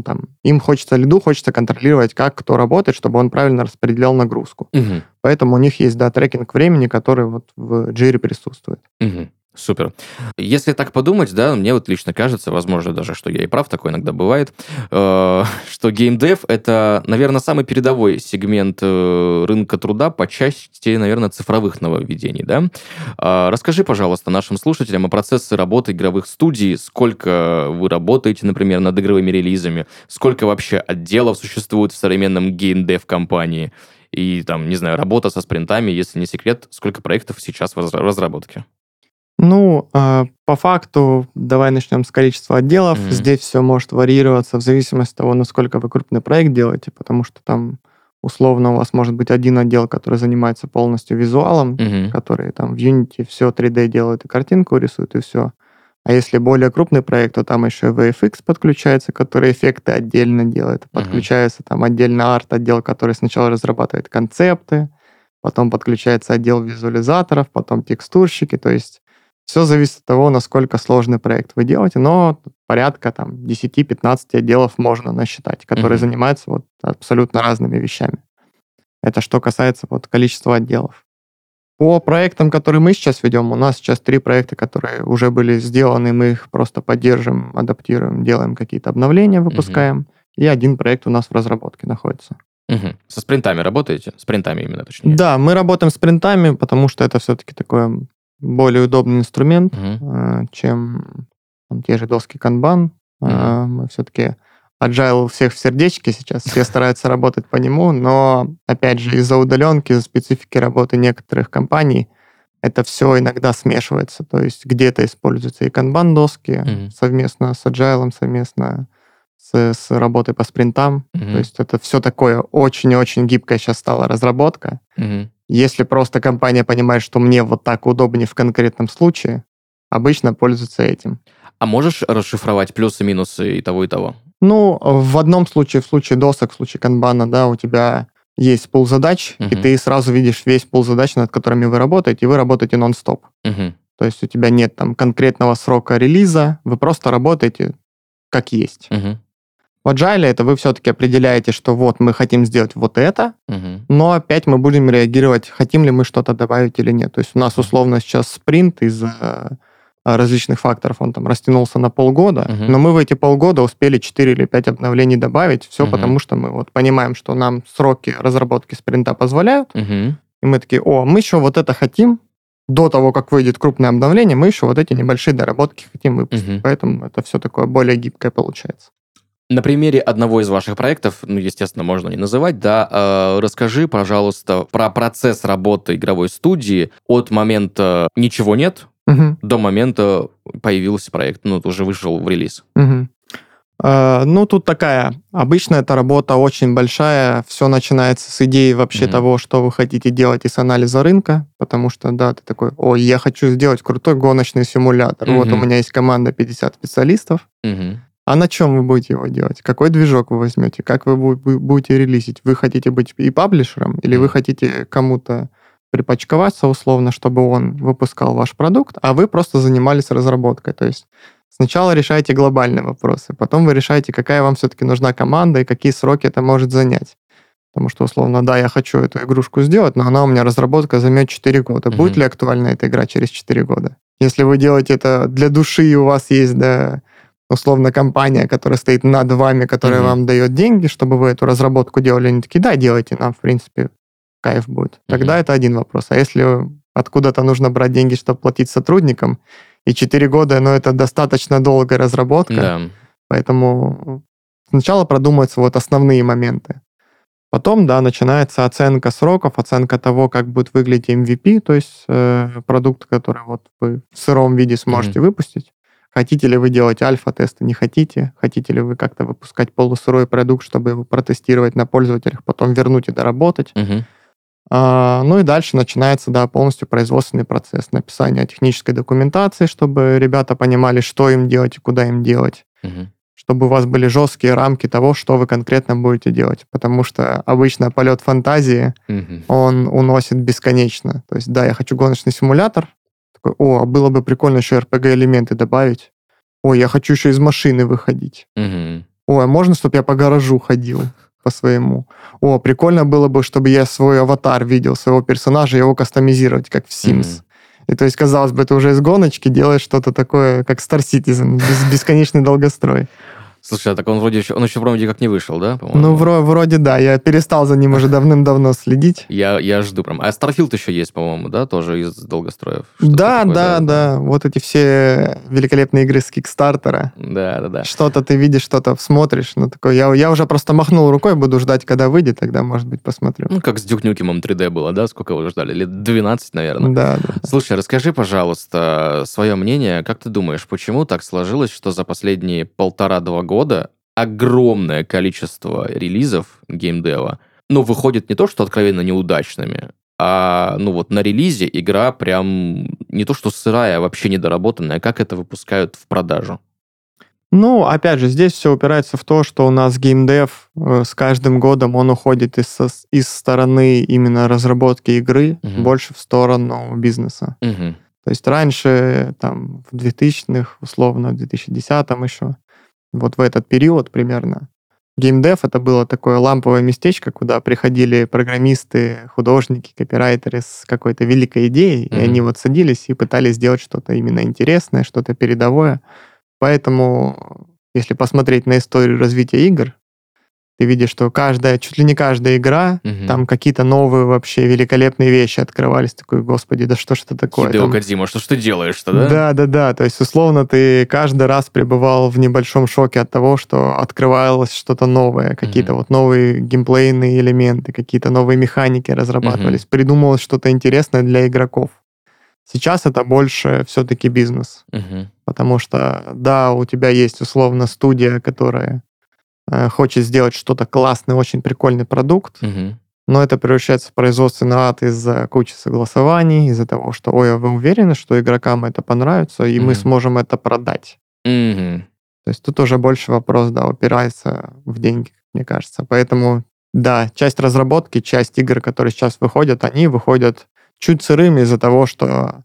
хочется контролировать, как кто работает, чтобы он правильно распределял нагрузку. Поэтому у них есть, трекинг времени, который вот в Jira присутствует. Супер. Если так подумать, мне вот лично кажется, возможно даже, что я и прав, такое иногда бывает, что геймдев — это, наверное, самый передовой сегмент рынка труда по части, наверное, цифровых нововведений, да? Расскажи, пожалуйста, нашим слушателям о процессе работы игровых студий, сколько вы работаете, например, над игровыми релизами, сколько вообще отделов существует в современном геймдев-компании, и там, не знаю, работа со спринтами, если не секрет, сколько проектов сейчас в разработке? Ну, по факту, давай начнем с количества отделов. Здесь все может варьироваться в зависимости от того, насколько вы крупный проект делаете, потому что там условно у вас может быть один отдел, который занимается полностью визуалом, который там в Unity все 3D делает и картинку рисует, и все. А если более крупный проект, то там еще VFX подключается, который эффекты отдельно делает. Подключается там отдельно арт-отдел, который сначала разрабатывает концепты, потом подключается отдел визуализаторов, потом текстурщики, то есть все зависит от того, насколько сложный проект вы делаете, но порядка там 10-15 отделов можно насчитать, которые занимаются вот абсолютно разными вещами. Это что касается вот количества отделов. По проектам, которые мы сейчас ведем, у нас сейчас 3 проекта, которые уже были сделаны, мы их просто поддерживаем, адаптируем, делаем какие-то обновления, выпускаем, и 1 проект у нас в разработке находится. Со спринтами работаете? Спринтами именно, точнее. Да, мы работаем с спринтами, потому что это все-таки такое более удобный инструмент, чем те же доски Kanban. Мы все-таки agile у всех в сердечке сейчас, все стараются работать по нему, но, опять же, из-за удаленки, из-за специфики работы некоторых компаний, это все иногда смешивается. То есть где-то используются и Kanban-доски совместно с agile, совместно с работой по спринтам. То есть это все такое очень-очень гибкая сейчас стала разработка. Если просто компания понимает, что мне вот так удобнее в конкретном случае, обычно пользуются этим. А можешь расшифровать плюсы-минусы и того, и того? Ну, в одном случае, в случае досок, в случае канбана, да, у тебя есть пул задач, и ты сразу видишь весь пул задач, над которыми вы работаете, и вы работаете нон-стоп. То есть у тебя нет там конкретного срока релиза, вы просто работаете как есть. В Agile это вы все-таки определяете, что вот мы хотим сделать вот это, но опять мы будем реагировать, хотим ли мы что-то добавить или нет. То есть у нас условно сейчас спринт из-за различных факторов, он там растянулся на полгода, но мы в эти полгода успели 4 или 5 обновлений добавить, все потому что мы вот понимаем, что нам сроки разработки спринта позволяют, и мы такие, мы еще вот это хотим, до того, как выйдет крупное обновление, мы еще вот эти небольшие доработки хотим выпустить, поэтому это все такое более гибкое получается. На примере одного из ваших проектов, ну, естественно, можно не называть, да, расскажи, пожалуйста, про процесс работы игровой студии от момента «ничего нет», до момента появился проект, ну, уже вышел в релиз. Ну, тут такая, обычно эта работа очень большая, все начинается с идеи вообще того, что вы хотите делать, и с анализа рынка, потому что, да, ты такой, я хочу сделать крутой гоночный симулятор, вот у меня есть команда 50 специалистов, а на чем вы будете его делать? Какой движок вы возьмете? Как вы будете релизить? Вы хотите быть и паблишером, или вы хотите кому-то припачковаться условно, чтобы он выпускал ваш продукт, а вы просто занимались разработкой. То есть сначала решаете глобальные вопросы, потом вы решаете, какая вам все-таки нужна команда и какие сроки это может занять. Потому что, условно, да, я хочу эту игрушку сделать, но она у меня, разработка, займет 4 года. Будет ли актуальна эта игра через 4 года? Если вы делаете это для души, и у вас есть, да, условно, компания, которая стоит над вами, которая вам дает деньги, чтобы вы эту разработку делали, они такие, да, делайте, нам, в принципе, кайф будет. Тогда это один вопрос. А если откуда-то нужно брать деньги, чтобы платить сотрудникам, и 4 года, это достаточно долгая разработка, поэтому сначала продумываются вот основные моменты. Потом, да, начинается оценка сроков, оценка того, как будет выглядеть MVP, то есть продукт, который вот вы в сыром виде сможете выпустить. Хотите ли вы делать альфа-тесты, не хотите? Хотите ли вы как-то выпускать полусырой продукт, чтобы его протестировать на пользователях, потом вернуть и доработать? Ну и дальше начинается, да, полностью производственный процесс. Написание технической документации, чтобы ребята понимали, что им делать и куда им делать. Чтобы у вас были жесткие рамки того, что вы конкретно будете делать. Потому что обычно полет фантазии, он уносит бесконечно. То есть, да, я хочу гоночный симулятор. Такой, а было бы прикольно еще RPG-элементы добавить. Я хочу еще из машины выходить. А можно, чтобы я по гаражу ходил? По своему. Прикольно было бы, чтобы я свой аватар видел, своего персонажа, его кастомизировать, как в Sims. И то есть, казалось бы, ты уже из гоночки делаешь что-то такое, как Star Citizen, бесконечный долгострой. Слушай, а так он еще вроде как не вышел, да, по-моему? Ну, вроде да, я перестал за ним уже давным-давно следить. Я жду прям. А Starfield еще есть, по-моему, да, тоже из долгостроев? Да, вот эти все великолепные игры с Кикстартера. Да. Что-то ты видишь, что-то смотришь, такое, я уже просто махнул рукой, буду ждать, когда выйдет, тогда, может быть, посмотрю. Ну, как с Duke Nukem 3D было, да, сколько вы ждали? Лет 12, наверное. Да. Слушай, расскажи, пожалуйста, свое мнение, как ты думаешь, почему так сложилось, что за последние 1,5-2 года огромное количество релизов геймдева, выходит не то, что откровенно неудачными, а, на релизе игра прям не то, что сырая, а вообще недоработанная. Как это выпускают в продажу? Опять же, здесь все упирается в то, что у нас геймдев с каждым годом он уходит из стороны именно разработки игры больше в сторону бизнеса. То есть раньше, там, в 2000-х, условно, в 2010-м еще, вот в этот период примерно, геймдев это было такое ламповое местечко, куда приходили программисты, художники, копирайтеры с какой-то великой идеей, и они вот садились и пытались сделать что-то именно интересное, что-то передовое. Поэтому, если посмотреть на историю развития игр, ты видишь, что чуть ли не каждая игра, там какие-то новые вообще великолепные вещи открывались. Такой, господи, да что ж это такое? Хидео Кодзима, что ж ты делаешь-то, да? Да. То есть, условно, ты каждый раз пребывал в небольшом шоке от того, что открывалось что-то новое, какие-то вот новые геймплейные элементы, какие-то новые механики разрабатывались, придумывалось что-то интересное для игроков. Сейчас это больше все-таки бизнес. Потому что, да, у тебя есть, условно, студия, которая хочет сделать что-то классное, очень прикольный продукт, но это превращается в производственный ад из-за кучи согласований, из-за того, что, ой, а вы уверены, что игрокам это понравится, и мы сможем это продать? То есть тут уже больше вопрос, да, упирается в деньги, мне кажется. Поэтому, да, часть разработки, часть игр, которые сейчас выходят, они выходят чуть сырыми из-за того, что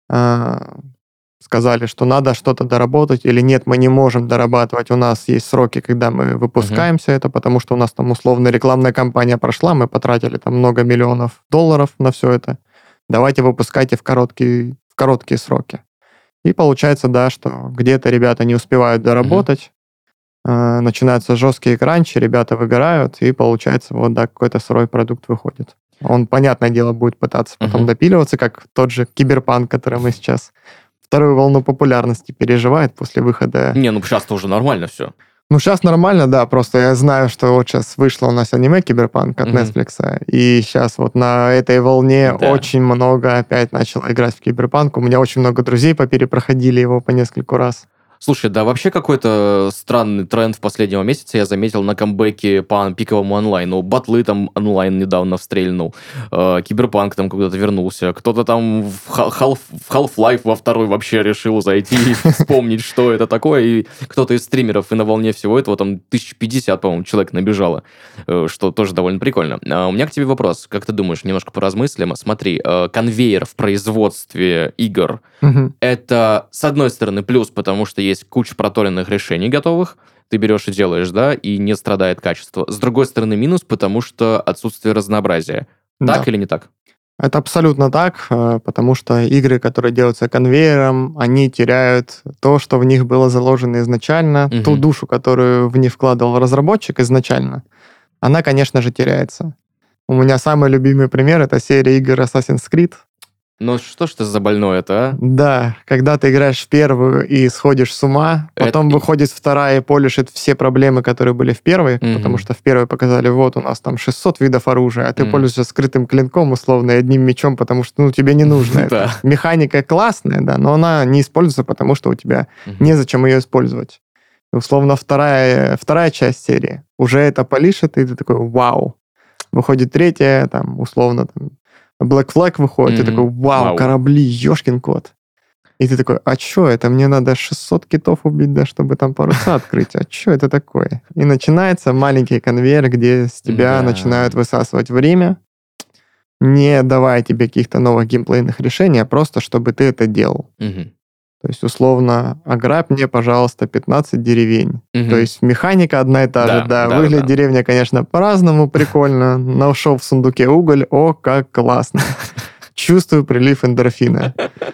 сказали, что надо что-то доработать, или нет, мы не можем дорабатывать, у нас есть сроки, когда мы выпускаемся это, потому что у нас там условно рекламная кампания прошла, мы потратили там много миллионов долларов на все это. Давайте выпускайте в короткие сроки. И получается, да, что где-то ребята не успевают доработать, начинаются жесткие кранчи, ребята выгорают, и получается, вот, да, какой-то сырой продукт выходит. Он, понятное дело, будет пытаться потом допиливаться, как тот же Киберпанк, который мы сейчас вторую волну популярности переживает после выхода. Не, ну сейчас-то уже нормально все. Ну, сейчас нормально, да, просто я знаю, что вот сейчас вышло у нас аниме Киберпанк от Netflix, и сейчас вот на этой волне очень много опять начало играть в Киберпанк. У меня очень много друзей поперепроходили его по нескольку раз. Слушай, да, вообще какой-то странный тренд в последнего месяца я заметил на камбэке по пиковому онлайну. Батлы там онлайн недавно встрельнул, Киберпанк там куда-то вернулся, кто-то там в Half-Life во второй вообще решил зайти и вспомнить, что это такое, и кто-то из стримеров, и на волне всего этого там 1050, по-моему, человек набежало, что тоже довольно прикольно. У меня к тебе вопрос, как ты думаешь, немножко поразмыслим, смотри, конвейер в производстве игр, это, с одной стороны, плюс, потому что есть куча проторенных решений готовых, ты берешь и делаешь, да, и не страдает качество. С другой стороны, минус, потому что отсутствие разнообразия. Так или не так? Это абсолютно так, потому что игры, которые делаются конвейером, они теряют то, что в них было заложено изначально, ту душу, которую в них вкладывал разработчик изначально, она, конечно же, теряется. У меня самый любимый пример — это серия игр Assassin's Creed. Ну что ж ты за больное-то, а? Да, когда ты играешь в первую и сходишь с ума, потом выходит вторая и полишит все проблемы, которые были в первой, потому что в первой показали, вот у нас там 600 видов оружия, а ты пользуешься скрытым клинком, условно, и одним мечом, потому что, ну, тебе не нужно это. Механика классная, да, но она не используется, потому что у тебя незачем ее использовать. И, условно, вторая часть серии уже это полишит, и ты такой, вау. Выходит третья, там, условно, там, Black Flag выходит, ты такой, вау, корабли, ёшкин кот. И ты такой, а чё это? Мне надо 600 китов убить, да, чтобы там паруса открыть. А чё это такое? И начинается маленький конвейер, где с тебя начинают высасывать время, не давая тебе каких-то новых геймплейных решений, а просто чтобы ты это делал. То есть, условно, ограбь мне, пожалуйста, 15 деревень. То есть механика одна и та же, да. Выглядит деревня, конечно, по-разному, прикольно. Нашел в сундуке уголь, о, как классно. Чувствую прилив эндорфина.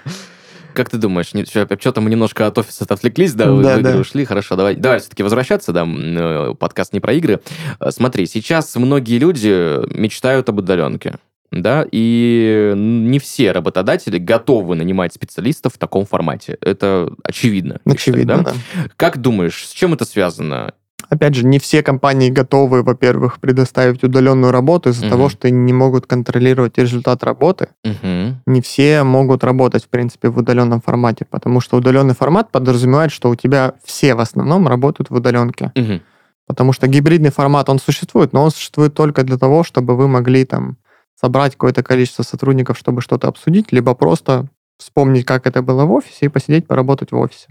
Как ты думаешь, что-то мы немножко от офиса отвлеклись, да, в игры ушли, хорошо, давай все-таки возвращаться, да, подкаст не про игры. Смотри, сейчас многие люди мечтают об удаленке. Да, и не все работодатели готовы нанимать специалистов в таком формате. Это очевидно. Очевидно, да. Как думаешь, с чем это связано? Опять же, не все компании готовы, во-первых, предоставить удаленную работу из-за того, что они не могут контролировать результат работы. Не все могут работать, в принципе, в удаленном формате, потому что удаленный формат подразумевает, что у тебя все в основном работают в удаленке. Потому что гибридный формат, он существует, но он существует только для того, чтобы вы могли там собрать какое-то количество сотрудников, чтобы что-то обсудить, либо просто вспомнить, как это было в офисе, и посидеть, поработать в офисе.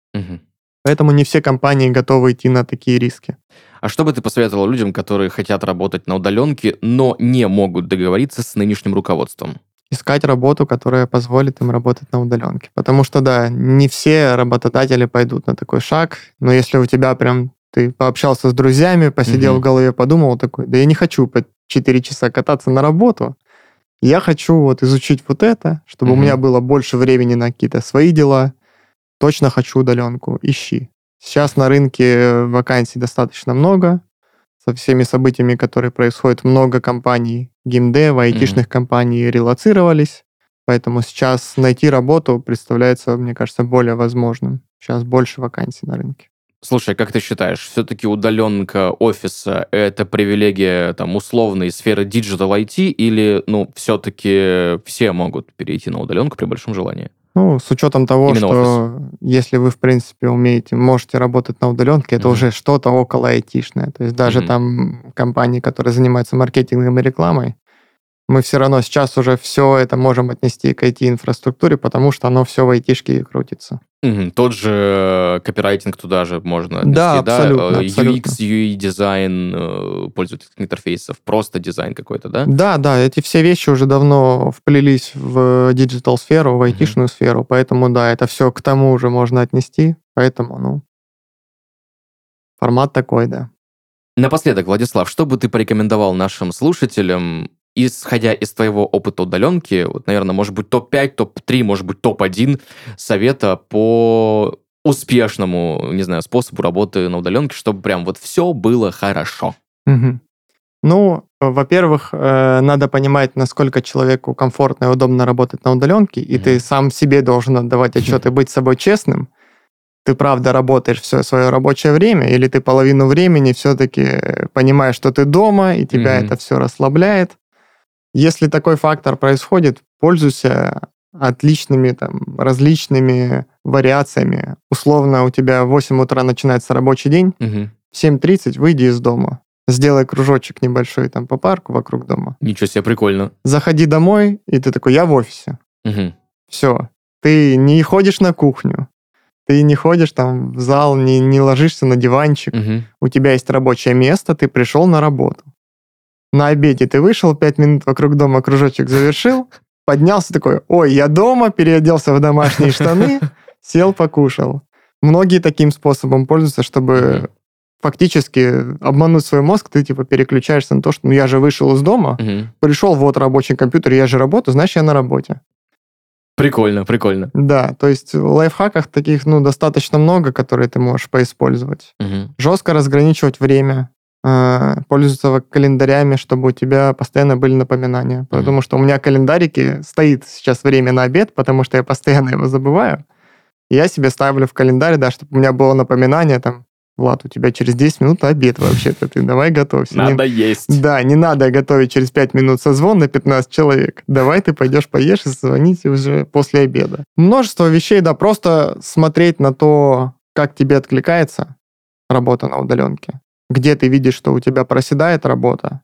Поэтому не все компании готовы идти на такие риски. А что бы ты посоветовал людям, которые хотят работать на удаленке, но не могут договориться с нынешним руководством? Искать работу, которая позволит им работать на удаленке. Потому что, да, не все работодатели пойдут на такой шаг, но если у тебя прям ты пообщался с друзьями, посидел в голове, подумал такой, да я не хочу по 4 часа кататься на работу, я хочу вот изучить вот это, чтобы у меня было больше времени на какие-то свои дела, точно хочу удаленку, ищи. Сейчас на рынке вакансий достаточно много, со всеми событиями, которые происходят, много компаний геймдева, айтишных компаний релоцировались, поэтому сейчас найти работу представляется, мне кажется, более возможным. Сейчас больше вакансий на рынке. Слушай, как ты считаешь, все-таки удаленка офиса – это привилегия там условной сферы Digital IT или, ну, все-таки все могут перейти на удаленку при большом желании? С учетом того, Именно что если вы, в принципе, можете работать на удаленке, это уже что-то около айтишное. То есть даже там компании, которые занимаются маркетингом и рекламой, мы все равно сейчас уже все это можем отнести к IT-инфраструктуре, потому что оно все в айтишке крутится. Тот же копирайтинг туда же можно отнести, Да, абсолютно. UX, UI-дизайн пользовательских интерфейсов, просто дизайн какой-то, да? Да, эти все вещи уже давно вплелись в диджитал-сферу, в айтишную сферу, поэтому, да, это все к тому же можно отнести, поэтому, формат такой, да. Напоследок, Владислав, что бы ты порекомендовал нашим слушателям, исходя из твоего опыта удаленки, наверное, может быть, топ-5, топ-3, может быть, топ-1 совета по успешному, не знаю, способу работы на удаленке, чтобы прям все было хорошо? Во-первых, надо понимать, насколько человеку комфортно и удобно работать на удаленке, и ты сам себе должен отдавать отчет и быть с собой честным. Ты правда работаешь все свое рабочее время, или ты половину времени все-таки понимаешь, что ты дома, и тебя это все расслабляет. Если такой фактор происходит, пользуйся отличными различными вариациями. Условно, у тебя в 8 утра начинается рабочий день, в 7:30 выйди из дома. Сделай кружочек небольшой по парку вокруг дома. Ничего себе, прикольно. Заходи домой, и ты такой, я в офисе. Все. Ты не ходишь на кухню, ты не ходишь в зал, не ложишься на диванчик. У тебя есть рабочее место, ты пришел на работу. На обеде ты вышел, 5 минут вокруг дома кружочек завершил, поднялся такой, ой, я дома, переоделся в домашние штаны, сел, покушал. Многие таким способом пользуются, чтобы фактически обмануть свой мозг, ты переключаешься на то, что я же вышел из дома, пришел, вот рабочий компьютер, я же работаю, значит, я на работе. Прикольно, прикольно. Да, то есть в лайфхаках таких, достаточно много, которые ты можешь поиспользовать. Жестко разграничивать время, пользоваться календарями, чтобы у тебя постоянно были напоминания. Потому что у меня в календарике стоит сейчас время на обед, потому что я постоянно его забываю. И я себе ставлю в календарь, да, чтобы у меня было напоминание, Влад, у тебя через 10 минут обед вообще-то, ты давай готовься. Надо есть. Да, не надо готовить через 5 минут созвон на 15 человек. Давай ты пойдешь поешь и созвоните уже после обеда. Множество вещей, да, просто смотреть на то, как тебе откликается работа на удаленке, где ты видишь, что у тебя проседает работа,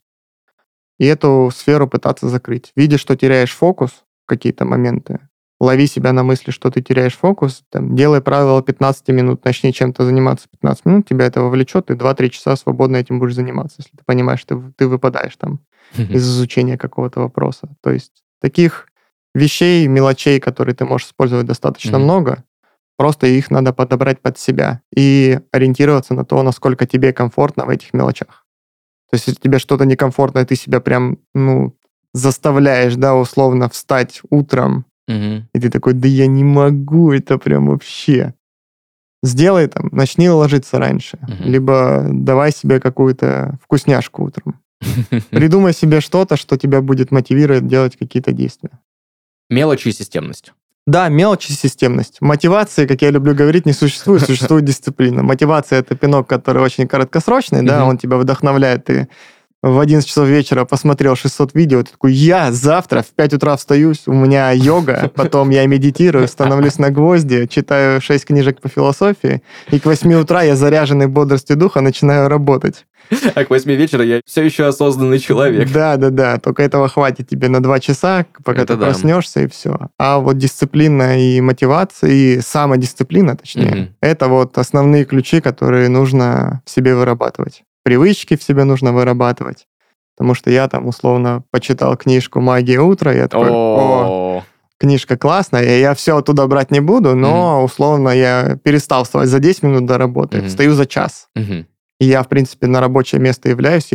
и эту сферу пытаться закрыть. Видишь, что теряешь фокус в какие-то моменты, лови себя на мысли, что ты теряешь фокус, делай правило 15 минут, начни чем-то заниматься 15 минут, тебя это вовлечет, и 2-3 часа свободно этим будешь заниматься, если ты понимаешь, что ты выпадаешь из изучения какого-то вопроса. То есть таких вещей, мелочей, которые ты можешь использовать, достаточно много, просто их надо подобрать под себя и ориентироваться на то, насколько тебе комфортно в этих мелочах. То есть если тебе что-то некомфортно, и ты себя прям, заставляешь, да, условно встать утром, и ты такой, да я не могу, это прям вообще. Сделай начни ложиться раньше. Либо давай себе какую-то вкусняшку утром. Придумай себе что-то, что тебя будет мотивировать делать какие-то действия. Мелочи и системность. Да, мелочи и системность. Мотивации, как я люблю говорить, не существует, существует дисциплина. Мотивация — это пинок, который очень краткосрочный, да, он тебя вдохновляет, ты в 11 часов вечера посмотрел 600 видео, ты такой, я завтра в 5 утра встаю, у меня йога, потом я медитирую, становлюсь на гвозди, читаю 6 книжек по философии, и к 8 утра я заряженный бодростью духа начинаю работать. А к 8 вечера я все еще осознанный человек. Да, только этого хватит тебе на 2 часа, пока ты проснешься, и все. А вот дисциплина и мотивация, и самодисциплина, точнее, это вот основные ключи, которые нужно в себе вырабатывать. Привычки в себе нужно вырабатывать. Потому что я условно почитал книжку «Магия утра», я такой, книжка классная, я все оттуда брать не буду, но условно я перестал вставать за 10 минут до работы, встаю за час. И я, в принципе, на рабочее место являюсь,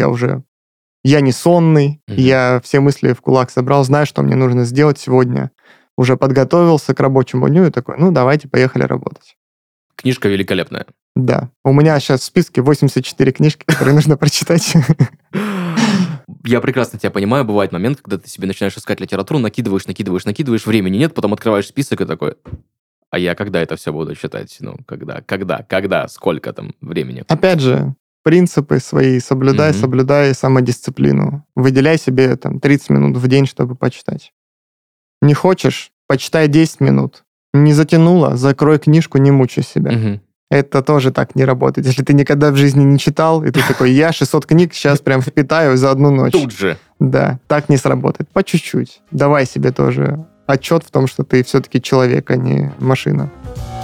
я не сонный, я все мысли в кулак собрал, знаю, что мне нужно сделать сегодня, уже подготовился к рабочему дню и такой, давайте, поехали работать. Книжка великолепная. Да. У меня сейчас в списке 84 книжки, которые нужно прочитать. Я прекрасно тебя понимаю. Бывает момент, когда ты себе начинаешь искать литературу, накидываешь, времени нет, потом открываешь список и такой, а я когда это все буду читать? Когда, сколько времени? Опять же, принципы свои соблюдай самодисциплину. Выделяй себе 30 минут в день, чтобы почитать. Не хочешь, почитай 10 минут. Не затянуло, закрой книжку, не мучай себя. Мгм. Это тоже так не работает. Если ты никогда в жизни не читал, и ты такой, я 600 книг сейчас прям впитаю за одну ночь. Тут же. Да, так не сработает. По чуть-чуть. Давай себе тоже отчет в том, что ты все-таки человек, а не машина.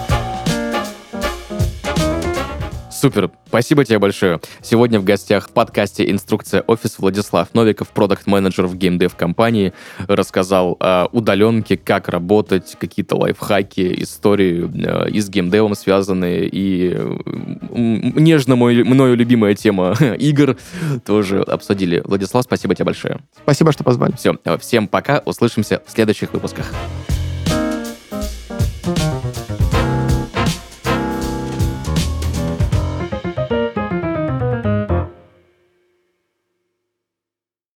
Супер, спасибо тебе большое. Сегодня в гостях в подкасте «Инструкция офис» Владислав Новиков, продакт-менеджер в геймдев-компании, рассказал о удаленке, как работать, какие-то лайфхаки, истории и с геймдевом связанные, и нежно мною любимая тема игр тоже обсудили. Владислав, спасибо тебе большое. Спасибо, что позвали. Все, всем пока, услышимся в следующих выпусках.